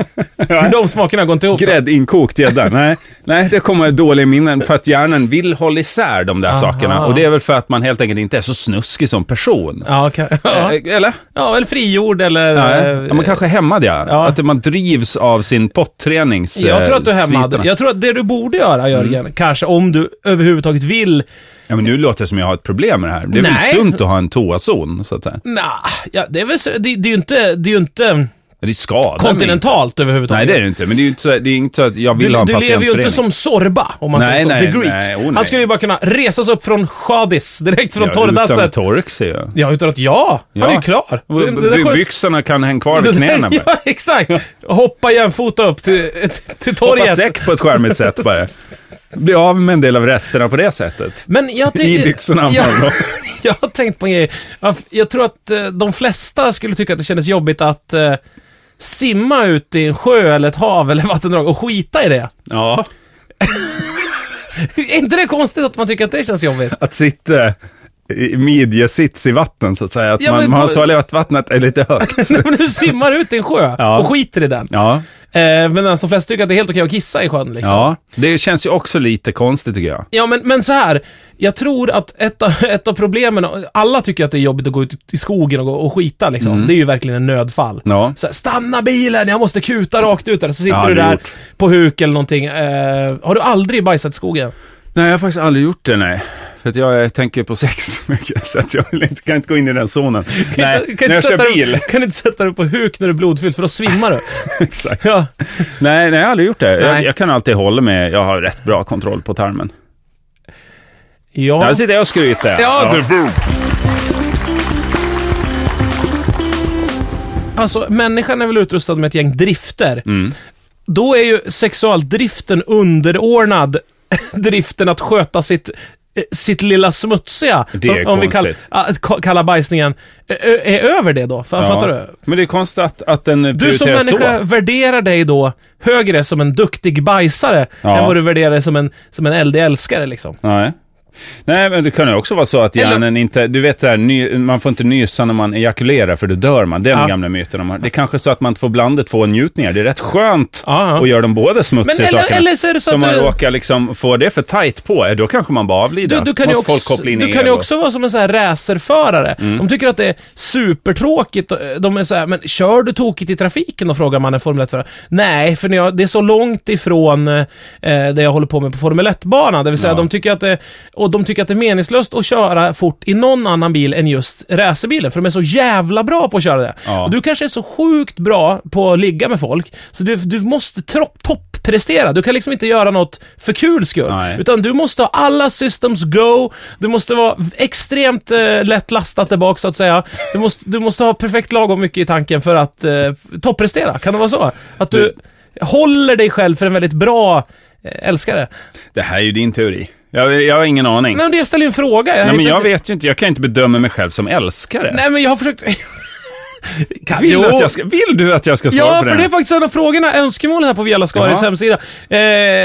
För de smakerna går inte ihop. Gräddinkokt gädda. Nej, nej, det kommer dåliga minnen för att hjärnan vill hålla isär de där Aha. sakerna. Och det är väl för att man helt enkelt inte är så snuskig som person. Ja, okej. Ja. Eh, Eller? Ja, eller frigjord eller... Nej, eh, ja, man kanske är hämmad, ja. Ja. Att man drivs av sin pottränings... Jag tror att du är eh, hämmad. slitarna. Jag tror att det du borde göra, Jörgen, Mm. kanske om du överhuvudtaget vill... Ja, men nu låter det som jag har ett problem med det här. Det är väl Nej. sunt att ha en toazon, så att säga. Nah, ja, det är väl så, det, det är ju inte, det är ju inte Det är skadar kontinentalt mig. överhuvudtaget. Nej, det är det inte. Men det är ju inte så, det är inte så att jag vill Du, ha en du lever ju patientförening. inte som Sorba, om man Nej, säger så. nej, The Greek. nej, oh, nej. Han skulle ju bara kunna resas upp från Chadis, direkt från Ja, utan torrdasset. torx, ja. Ja, utan att ja, han är ju klar. Och Det- det där by- sköt- byxorna kan hänga kvar vid knäna. bara. Ja, exakt. Hoppa jämfota upp till, till Hoppa torget. säck på ett skärmigt sätt bara. Bli av med en del av resterna på det sättet. Men jag I byxorna. jag, man då. jag har tänkt på en grej. Jag, jag tror att eh, de flesta skulle tycka att det kändes jobbigt att eh, simma ut i en sjö eller ett hav eller vattendrag och skita i det. Ja, Är inte det konstigt att man tycker att det känns jobbigt? att sitta midjesits i vatten så att säga. Att ja, man, men, man har toalettvattnet är lite högt. Nej, men du simmar ut i en sjö ja. och skiter i den. Ja. Eh, men de flesta tycker att det är helt okej att kissa i sjön. Liksom. Ja, det känns ju också lite konstigt tycker jag. Ja, men, men så här. Jag tror att ett av, ett av problemen, alla tycker att det är jobbigt att gå ut i skogen och, gå och skita liksom. Mm. Det är ju verkligen en nödfall. Ja. Så här, stanna bilen, jag måste kuta rakt ut där. Så sitter ja, du där gjort. på huk eller någonting. Eh, har du aldrig bajsat i skogen? Nej, jag har faktiskt aldrig gjort det, nej. För att jag tänker på sex mycket, så att jag vill inte, kan inte gå in i den zonen. Kan nej, inte, kan när jag kör bil. Du, kan du inte sätta dig på huk när du är blodfylld, för då svimmar du. Exakt. Ja. Nej, nej, jag har aldrig gjort det. Jag, jag kan alltid hålla med, jag har rätt bra kontroll på tarmen. Ja. Jag sitter och skryter. Ja, ja. Det... Alltså, människan är väl utrustad med ett gäng drifter. Mm. Då är ju sexualdriften underordnad driften att sköta sitt sitt lilla smutsiga, det är som, om vi kallar, kallar bajsningen, är, är över det då? F- ja. Fattar du? Men det är konstigt att, att den du som människa så. Värderar dig då högre som en duktig bajsare ja. Än vad du värderar dig som en, som en eldig älskare liksom. Nej. Nej, men det kan ju också vara så att hjärnan Eller... inte, du vet där, ny, man får inte nysa när man ejakulerar för då dör man. Den ja. Gamla myten. Det är kanske så att man inte får blanda två njutningar. Det är rätt skönt ja, ja. Att göra dem båda smutsiga eller, sakerna. Eller så är det så, så att man du... råkar liksom få det för tajt på, då kanske man bara avlider. Du, du kan Måste ju också, folk koppla in du kan ju också vara som en sån här racerförare. Mm. De tycker att det är supertråkigt. De är så här, men kör du tokigt i trafiken? Och frågar man en Formel ett-förare. Nej, för när jag, det är så långt ifrån eh, det jag håller på med på Formel ett-banan. Det vill säga, ja. de tycker att det, och de tycker att det är meningslöst att köra fort i någon annan bil än just racerbilen, för de är så jävla bra på att köra det. Ja. Och du kanske är så sjukt bra på att ligga med folk, så du, du måste topp top prestera. Du kan liksom inte göra något för kul skull. Nej. Utan du måste ha alla systems go. Du måste vara extremt eh, lätt lastat tillbaka så att säga. Du måste, du måste ha perfekt lagom mycket i tanken för att eh, topprestera. Kan det vara så? Att du, du håller dig själv för en väldigt bra eh, älskare. Det här är ju din teori. Jag, jag har ingen aning. Nej, men jag ställer en fråga. Jag Nej, men jag vet ju inte. Jag kan inte bedöma mig själv som älskare. Nej, men jag har försökt... Kan, vill, du att jag ska, vill du att jag ska svara ja, på det? Ja, för det är faktiskt en av frågorna, önskemålen här på Via Lascaris hemsida. Eh,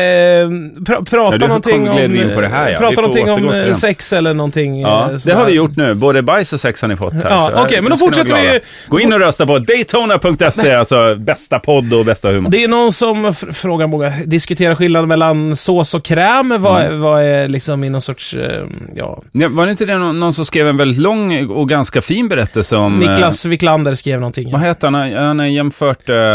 pra, prata ja, någonting om, på det här, ja. prata någonting om sex eller någonting. Ja, det har vi gjort nu. Både bajs och sex har ni fått här. Ja, okej, okay, men då fortsätter vi. Gå in och rösta på Daytona punkt se, alltså bästa podd och bästa humor. Det är någon som f- frågar många, diskuterar skillnaden mellan sås och kräm. Vad, mm. vad är liksom i någon sorts, eh, ja. ja. Var det inte det någon, någon som skrev en väldigt lång och ganska fin berättelse om... Niklas Wiklander skrev någonting. Vad heter han? Han har jämfört eh,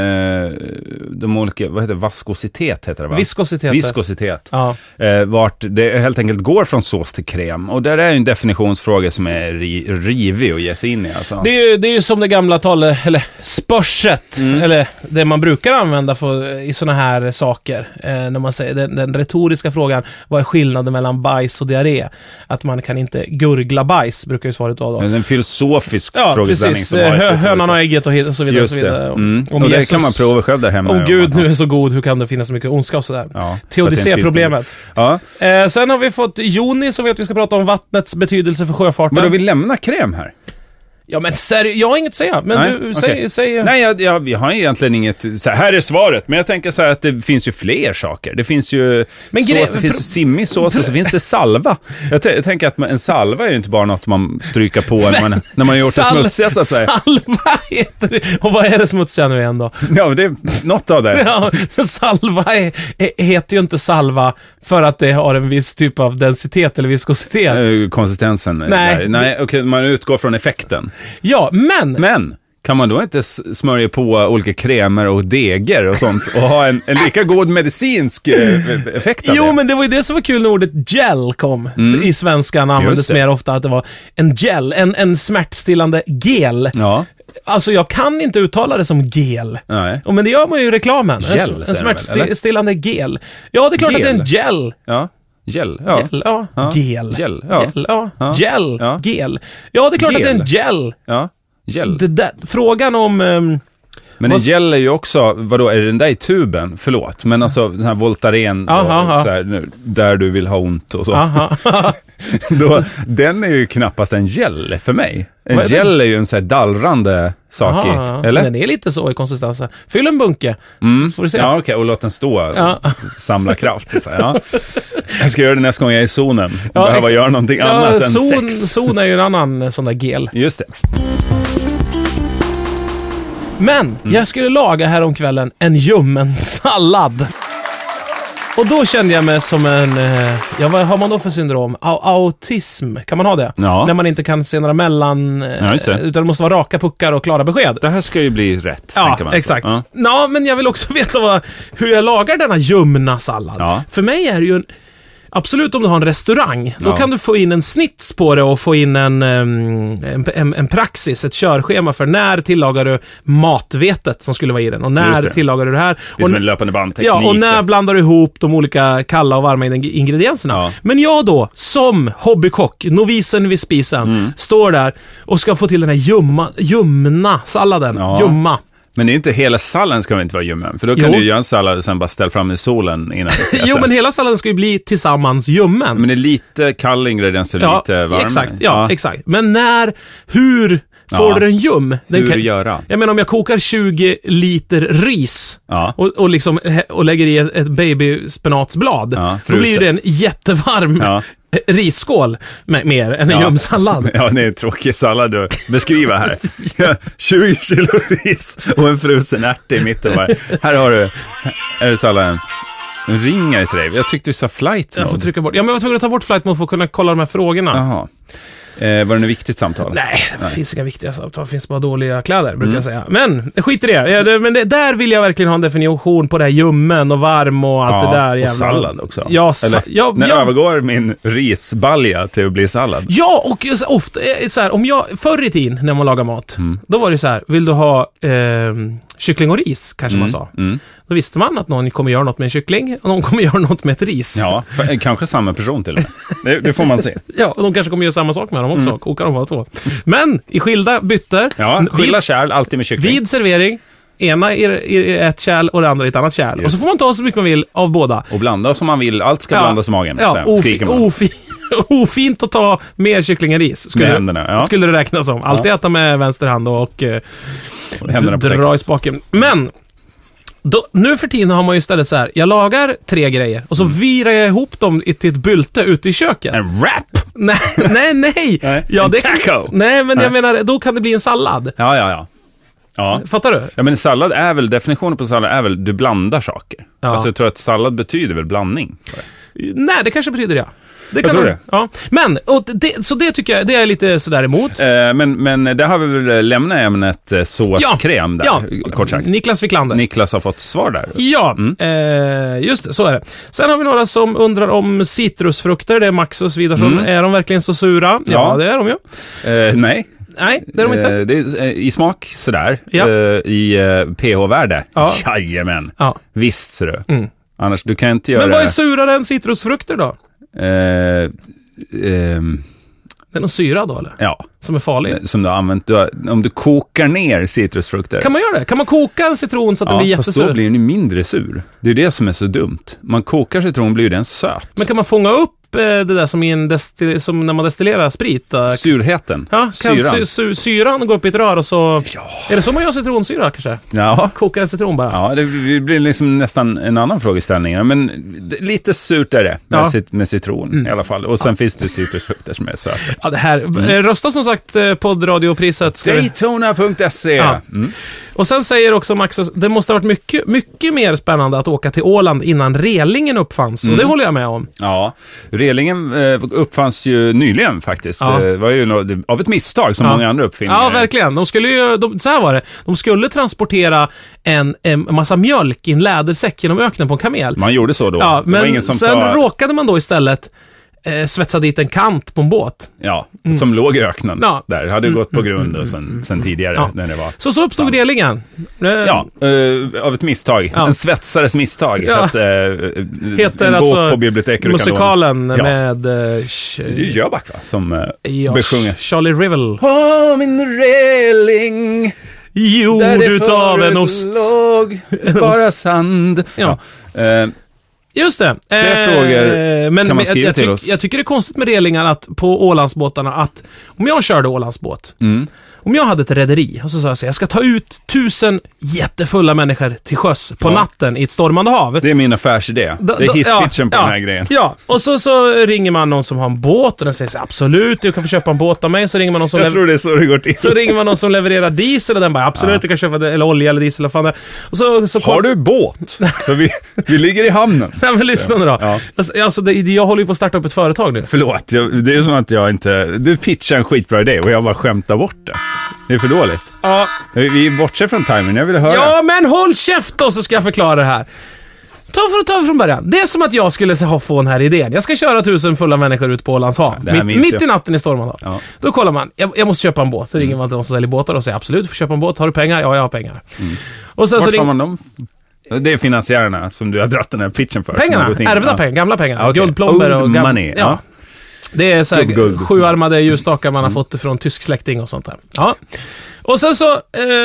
de olika, vad heter det? Vaskositet heter det, va? Viskositet. Viskositet. Ja. Eh, vart det helt enkelt går från sås till kräm. Och där är en definitionsfråga som är ri, rivig att ge sig in i. Alltså. Det är ju det är ju som det gamla talet, eller spörset, mm. eller det man brukar använda för, i såna här saker. Eh, när man säger den, den retoriska frågan, vad är skillnaden mellan bajs och diarré? Att man kan inte gurgla bajs, brukar ju svaret vara då. En filosofisk ja, frågeställning som har ett hönan och ägget och, och så vidare. Just och så vidare. det. Mm. Och, och det kan man prova själv där hemma. Om Gud nu är så god, hur kan det finnas så mycket ondska och sådär? Ja, Teodicé-problemet. Ja. Eh, sen har vi fått Joni som vet att vi ska prata om vattnets betydelse för sjöfarten. Men då vi lämnar kräm här? Ja, men seri- jag har inget att säga. Men Nej, du, okay. säg... säg... Nej, jag, jag, jag har egentligen inget... Så här, här är svaret. Men jag tänker så här att det finns ju fler saker. Det finns ju men sås, gre- det finns ju simmig sås och så finns det salva. Jag, t- jag tänker att en salva är ju inte bara något man stryker på när man, när man har gjort sal- det smutsiga, så att säga. Salva heter det. Och vad är det smutsiga nu igen då? Ja, det är något av det. Ja, salva är, är, heter ju inte salva för att det har en viss typ av densitet eller viskositet. Uh, konsistensen. Nej. Där. Nej, okej, okay, man utgår från effekten. Ja, men... Men, kan man då inte smörja på olika krämer och deger och sånt och ha en, en lika god medicinsk effekt av jo, det? men det var ju det som var kul när ordet gel kom. Mm. I svenskan användes mer ofta att det var en gel, en, en smärtstillande gel. Ja. Alltså, jag kan inte uttala det som gel. Nej. Och men det gör man ju i reklamen. Gel, en en smärtstillande gel. Ja, det är klart gel. Att det är en gel. Ja. Gel, ja. Gel, ja. ja. Gel. Gel, ja. Gel, ja. ja. Gel, ja. gel. Ja, det är klart gel. att det är en gel. Ja, gel. Det där, frågan om... Um, Men det gäller ju också, vadå, är det den där i tuben? Förlåt, men alltså den här Voltaren, aha, och så här, där du vill ha ont och så. Då, den är ju knappast en gel för mig. En är gel är ju en så här dallrande sak i, eller? Den är lite så i konsistensen. Fyll en bunke, mm. får du se. Ja, okej, okay, och låt den stå ja. samla kraft. Så här, ja. Jag ska göra det nästa gång jag är i zonen. Ja, behöva göra någonting ja, annat än zon, sex. Zon är ju en annan sån där gel. Just det. Men mm. jag skulle laga här om kvällen en ljummen sallad. Och då kände jag mig som en... Eh, ja, vad har man då för syndrom? A- autism, kan man ha det? Ja. När man inte kan se några mellan... Eh, ja, utan det måste vara raka puckar och klara besked. Det här ska ju bli rätt, ja, tänker man. Exakt. Ja, exakt. Ja, men jag vill också veta vad, hur jag lagar denna ljumna sallad. Ja. För mig är det ju en... Absolut, om du har en restaurang, då ja. kan du få in en snits på det och få in en, en, en, en praxis, ett körschema för när tillagar du matvetet som skulle vara i den och när tillagar du det här. Det är som en löpande bandteknik. Ja, och när blandar du ihop de olika kalla och varma ingredienserna. Ja. Men jag då, som hobbykock, novisen vid spisen, mm. står där och ska få till den här ljumma, ljumna salladen. Ja. Ljumma. Men det är inte hela salladen ska väl inte vara ljummen. För då kan jo. du göra en sallad och sen bara ställa fram i solen innan. Jo, men hela salladen ska ju bli tillsammans ljummen. Men det är lite kall ingredienser, ja, lite varm. Exakt, ja, ja, exakt. Men när, hur får ja. du den ljum? Den hur kan, göra? Jag menar, om jag kokar tjugo liter ris ja. och, och, liksom, och lägger i ett, ett babyspenatsblad, ja, då blir det en jättevarm... Ja. risskål med, mer än en ja. ljumsallad. Ja, det är en tråkig sallad att beskriva här. tjugo kilo ris och en frusen ärt i mitten. Bara. Här har du, är det salladen. En ringer till dig. Jag tyckte du sa flight mode. Jag får trycka bort. Ja, men jag var tvungen att ta bort flight mode för att kunna kolla de här frågorna. Jaha. Eh, var det något viktigt samtal? Nej, det Nej. finns inga viktiga samtal. Det finns bara dåliga kläder, brukar mm. jag säga. Men, skit i det. Ja, det men det, där vill jag verkligen ha en definition på det här ljummen och varm och allt ja, det där. Jävla. Och sallad också. Ja, sa- Eller, ja, när ja. övergår min risbalja till att bli sallad? Ja, och så, ofta så här, om jag, förr i tiden när man lagar mat, mm. då var det så här, vill du ha eh, kyckling och ris, kanske mm. man sa. Mm. Då visste man att någon kommer göra något med en kyckling och någon kommer göra något med ett ris. Ja, för, kanske samma person till och med. Det, det får man se. Ja, och de kanske kommer göra samma sak med dem också. Mm. Kokar de bara två. Men i skilda bytter. Ja, skilda kärl, alltid med kyckling. Vid servering. Ena i ett kärl och det andra i ett annat kärl. Just. Och så får man ta så mycket man vill av båda. Och blanda som man vill. Allt ska ja. blandas i magen. Ja, ofi- ofi- ofint att ta mer kyckling än ris. Skulle, händerna, ja. skulle det räknas som. Alltid ja. äta med vänster hand och, och, och d- dra i spaken. Men... Då, nu för tiden har man ju istället så här, jag lagar tre grejer och så mm. virar jag ihop dem till ett bylte ute i köket. En wrap? Nej, nej, nej. nej. Ja, en det taco? Kan, nej, men nej. jag menar, då kan det bli en sallad. Ja, ja, ja. ja. Fattar du? Ja, men sallad är väl, definitionen på sallad är väl, du blandar saker. Ja. Alltså jag tror att sallad betyder väl blandning. Nej, det kanske betyder det. Det jag kan tror man, det. Ja. Men, och det, så det tycker jag, det är lite sådär emot. Eh, men, men där har vi väl lämnat ämnet såskräm ja. där, ja. kort sagt. Niklas Wiklander. Niklas har fått svar där. Ja, mm. eh, just det, så är det. Sen har vi några som undrar om citrusfrukter, det är Max och Svidarsson. Mm. Är de verkligen så sura? Ja, ja det är de ju. Eh, nej. Nej, det är de inte. Eh, det är, eh, i smak sådär. Ja. Eh, I eh, pH-värde. Ja. Jajamän. Ja. Visst, ser du. Mm. Annars, du kan inte göra... Men vad är surare än citrusfrukter då? Eh, ehm... Det är någon syra då, eller? Ja. Som är farlig? Som du har använt. Du har, om du kokar ner citrusfrukter. Kan man göra det? Kan man koka en citron så att ja, den blir jättesur? Ja, fast då blir den ju mindre sur. Det är det som är så dumt. Man kokar citron blir den söt. Men kan man fånga upp det där som, i en destil- som när man destillerar sprit? Äh? Surheten. Ja, kan syran. Sy- sy- syran gå upp i ett rör och så... Ja. Är det så man gör citronsyra kanske? Ja. Kokar en citron bara? Ja, det blir liksom nästan en annan frågeställning. Men lite surt är det med, ja. cit- med citron mm. i alla fall. Och sen ja. finns det citrusfrukter som är söta. Ja, det här. Mm. Rösta som sagt poddradiopriset. Daytona punkt se. Ja. Mm. Och sen säger också Max, det måste ha varit mycket, mycket mer spännande att åka till Åland innan relingen uppfanns. Mm. Och det håller jag med om. Ja, relingen eh, uppfanns ju nyligen faktiskt. Ja. Det var ju något, av ett misstag som ja. många andra uppfinningar. Ja, verkligen. De skulle ju, de, så här var det. De skulle transportera en, en massa mjölk i en lädersäck genom öknen på en kamel. Man gjorde så då. Ja, men det var ingen som sen sa... råkade man då istället eh, svetsa dit en kant på en båt. Ja, mm. som låg i öknen. Ja. Där hade mm. gått på grund och sen, sen tidigare. Ja. När det var så så uppstod relingen. Eh, ja, eh, av ett misstag. Ja. En svetsares misstag. Ja. Att, eh, heter en alltså bok på biblioteket. musikalen ja. med... Eh, sh- det är ju Jöback va? Som eh, ja, besjunger. Charlie Rivel. Oh, min reling... Gjord utav en ost. Låg, bara sand. Ja. Ja. Eh, Just det. Fler eh, frågor men kan man skriva jag, jag, till tyck, oss. jag tycker det är konstigt med relingar att på Ålandsbåtarna att om jag körde Ålandsbåt, mm. om jag hade ett rederi och så sa jag så jag ska ta ut tusen jättefulla människor till sjöss på Ja. natten i ett stormande hav. Det är min affärsidé. Da, det är da, hisspitchen ja, på ja, den här grejen. Ja, och så, så ringer man någon som har en båt och den säger så absolut, du kan få köpa en båt av mig. Så ringer man någon som, Jag tror det är så det går till. så ringer man någon som levererar diesel och den bara absolut, Ja. du kan köpa det, eller olja eller diesel. Eller fan det. Och så, så Har du båt? För vi, vi ligger i hamnen. Nej men lyssna nu då. Ja. Alltså, alltså det, jag håller ju på att starta upp ett företag nu. Förlåt, jag, det är som att jag inte... Du pitchar en skitbra idé och jag bara skämtar bort det. Det är för dåligt. Ja. Vi bortser från timern, jag vill höra. Ja, men håll käft då så ska jag förklara det här. Ta för att ta från början. Det är som att jag skulle ha få den här idén. Jag ska köra tusen fulla människor ut på Ålands hav. Det här Mitt, minns mitt jag. i natten i stormande hav. Ja. Då kollar man, jag, jag måste köpa en båt. Så ringer man till någon som säljer båtar och säger absolut, du får köpa en båt. Har du pengar? Ja, jag har pengar. Och sen Vart så tar ring... man dem? Det är finansiärerna som du har dratt den här pitchen för. som har Pengarna, gått in. ärvda Ja. pengar, gamla pengar. Ja, okej. Guldplomber och Old gam... money, ja. ja. Det är så här Guldguld. sjuarmade ljusstakar man har fått från tysk släkting och sånt där. Ja. Och sen så,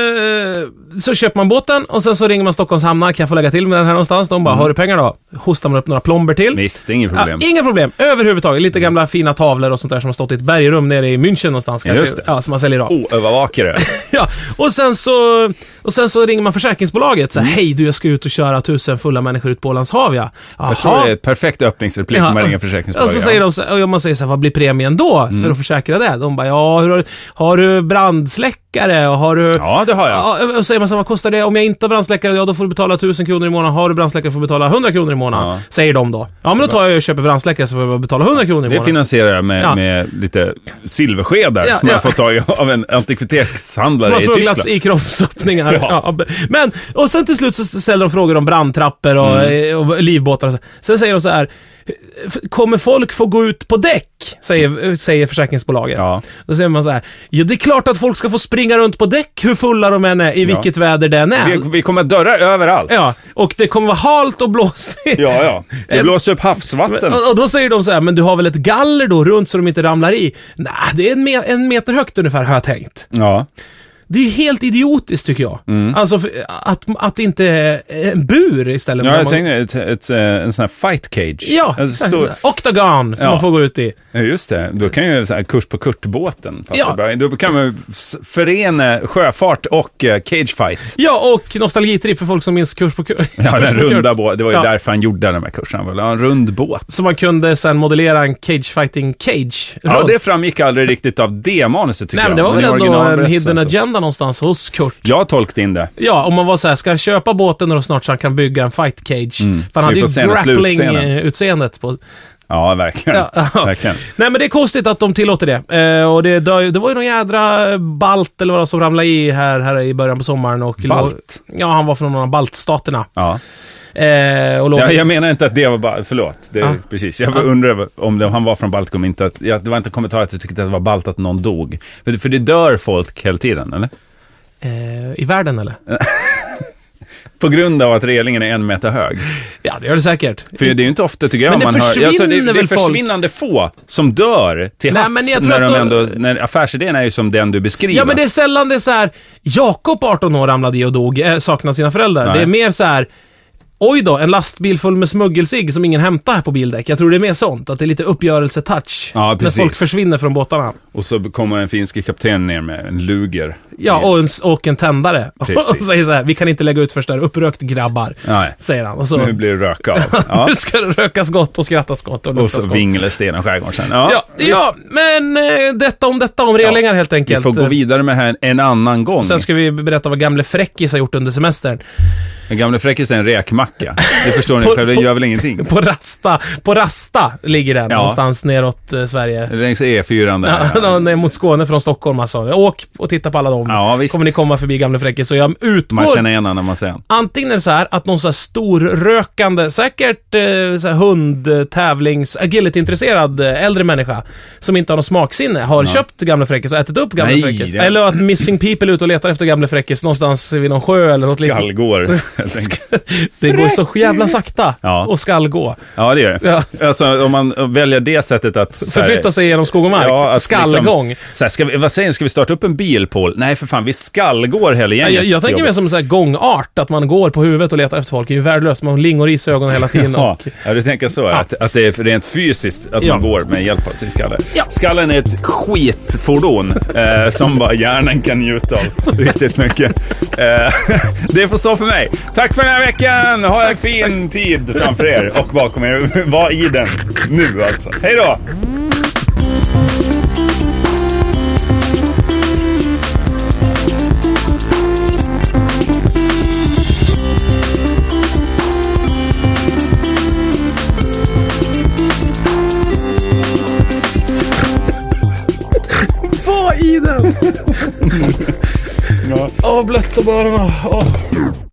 eh, så köper man båten och sen så ringer man Stockholms hamnar. Kan jag få lägga till med den här någonstans? De bara, har du pengar då? Hostar man upp några plomber till. Visst, det är inget problem. Ja, inga problem, överhuvudtaget. Lite gamla fina tavlor och sånt där som har stått i ett bergrum nere i München någonstans. Kanske. Just det. Ja, som man säljer av. Oövervakare. Ja, och sen så och sen så ringer man försäkringsbolaget så här, hej du, jag ska ut och köra tusen fulla människor ut på Ålands hav, ja. Jag tror det är ett perfekt öppningsreplik Ja. med ringa försäkringsbolag. Och så säger de så, och man säger så här, vad blir premien då för att försäkra det? De bara, ja, hur har, har du brandsläckare och har du... Ja, det har jag. Ja, och så säger man så här, vad kostar det? Om jag inte har brandsläckare, ja då får du betala tusen kronor i månaden. Har du brandsläckare får du betala hundra kronor i månaden. Ja. Säger de då. Ja, men då tar jag och köper brandsläckare så får jag betala hundra kronor i Det månaden. finansierar jag med, Ja. med lite silverskedar Ja, som ja. jag får tag i av en antikvitetshandlare Som har i smugglats Tyskland. i kroppsöppningar. Ja. Ja. Men, och sen till slut så ställer de frågor om brandtrappor och, Mm. och livbåtar. Och så. Sen säger de så här, kommer folk få gå ut på däck? Säger, säger försäkringsbolaget. Ja. Då säger man så här, ja det är klart att folk ska få springa runt på däck hur fulla de än är, i vilket väder det än är. Vi, vi kommer dörrar överallt. Ja, och det kommer vara halt och blåsigt. Ja, ja. Det blåser upp havsvatten. Och, och då säger de så här, men du har väl ett galler då runt så de inte ramlar i? Nej, det är en, me- en meter högt ungefär har jag tänkt. Ja. Det är ju helt idiotiskt tycker jag. Mm. Alltså för, att, att det inte är en bur istället. Ja, där jag man- tänkte ett, ett, ett, en sån här fight cage. Ja, En stor... Octagon som Ja. man får gå ut i. Ja, just det. Då kan ju så här kurs på kurtbåten passa Ja. bra. Då kan man s- förena sjöfart och uh, cagefight. Ja, och nostalgitripp för folk som minns kurs på kurs. Ja, den runda båten. Det var ju Ja. därför han gjorde den här kursen. Han ville ha en rund båt. Så man kunde sen modellera en cagefighting cage. Ja, runt. det framgick aldrig riktigt av det manuset tycker Nej, jag. men det var Men väl i ändå en originalberättelsen hidden så- agenda någonstans hos Kurt. Jag tolkade in det. Ja, om man var så här, ska jag köpa båten och snart så han kan bygga en fight cage. Mm. För han Så hade vi ju får se den slutscenen. grappling-utseendet på... Ja, verkligen. Ja, ja. verkligen. Nej, men det är konstigt att de tillåter det. Eh, och det, det var ju någon jädra balt eller vad det var som ramlade i här, här i början på sommaren. Och Balt? Ja, han var från någon av baltstaterna. Ja. Eh, och låg... Ja, jag menar inte att det var bara, förlåt, det, Ja. precis. Jag undrar om det, om han var från Baltikum, inte att, ja, det var inte en kommentar att jag tyckte att det var balt att någon dog. För, för det dör folk hela tiden, eller? Eh, I världen, eller? På grund av att relingen är en meter hög. Ja, det gör det säkert. För det är ju inte ofta, tycker jag, Men det man hör... försvinner Alltså, det, det är väl folk? försvinnande få som dör till Nej, havs men jag tror när att de de- ändå... När affärsidén är ju som den du beskriver. Ja, men det är sällan det är så här, Jakob, arton år, ramlade i och dog, eh, saknar sina föräldrar. Nej. Det är mer så här, oj då, en lastbil full med smuggelsig som ingen hämtar här på bildäck. Jag tror det är mer sånt, att det är lite uppgörelse-touch. Ja, när precis. folk försvinner från båtarna. Och så kommer en finsk kapten ner med en luger. Ja, och en, och en tändare. Precis. Och säger så här, vi kan inte lägga ut första upprökt grabbar, Nej. säger han. Och så, Nu blir det röka av. Ja. nu ska det rökas gott och skrattas gott och Och luktas så gott. vinglar stenen skärgården sen. Ja, ja, men eh, detta om detta, om relingar helt Vi enkelt. får gå vidare med det här en annan gång. Sen ska vi berätta vad gamle Fräckis har gjort under semestern. Den gamla fräckis är en räkmacka. Det förstår ni På- själv, det på- gör väl ingenting. På Rasta, på Rasta ligger den Ja. någonstans neråt eh, Sverige. Längs E fyra där. Ja, ner mot Skåne från Stockholm alltså. Åk och titta på alla dem. Ja, visst. Kommer ni komma förbi gamle Fräckis. Så jag utgår... Man känner igen när man ser den. Antingen är det så här att någon så här storrökande, säkert eh, så här hundtävlings, agility-intresserad eh, äldre människa som inte har någon smaksinne har köpt gamla Fräckis och ätit upp gamla Nej, Fräckis. det- Eller att missing people är ute och letar efter gamla Fräckis någonstans vid någon sjö eller något liknande. Skallgård, helt enkelt. Det går så jävla sakta Ja. och skall gå. Ja, det gör det. Ja. Alltså, om man väljer det sättet att... så här- Förflytta sig genom skog och mark. Ja, att Skallgång. Liksom, så här, ska vi, vad säger ni? Ska vi starta upp en bilpool? Nej, Nej, för fan, vi skallgår hela gänget. Jag, jag tänker mer som en sån här gångart, att man går på huvudet och letar efter folk. Det är ju värdelöst, man har lingor i sig ögonen hela tiden. Ja, och... ja, du tänker så, ja. att, att det är rent fysiskt att ja. man går med hjälp av sin skalle. Ja. Skallen är ett skitfordon eh, som bara hjärnan kan njuta av riktigt mycket. Eh, det får stå för mig. Tack för den här veckan. Ha en fin tid framför er och bakom er. Var i den nu alltså. Hej då! Var i den! Åh, ja. oh, blött och bara. Oh.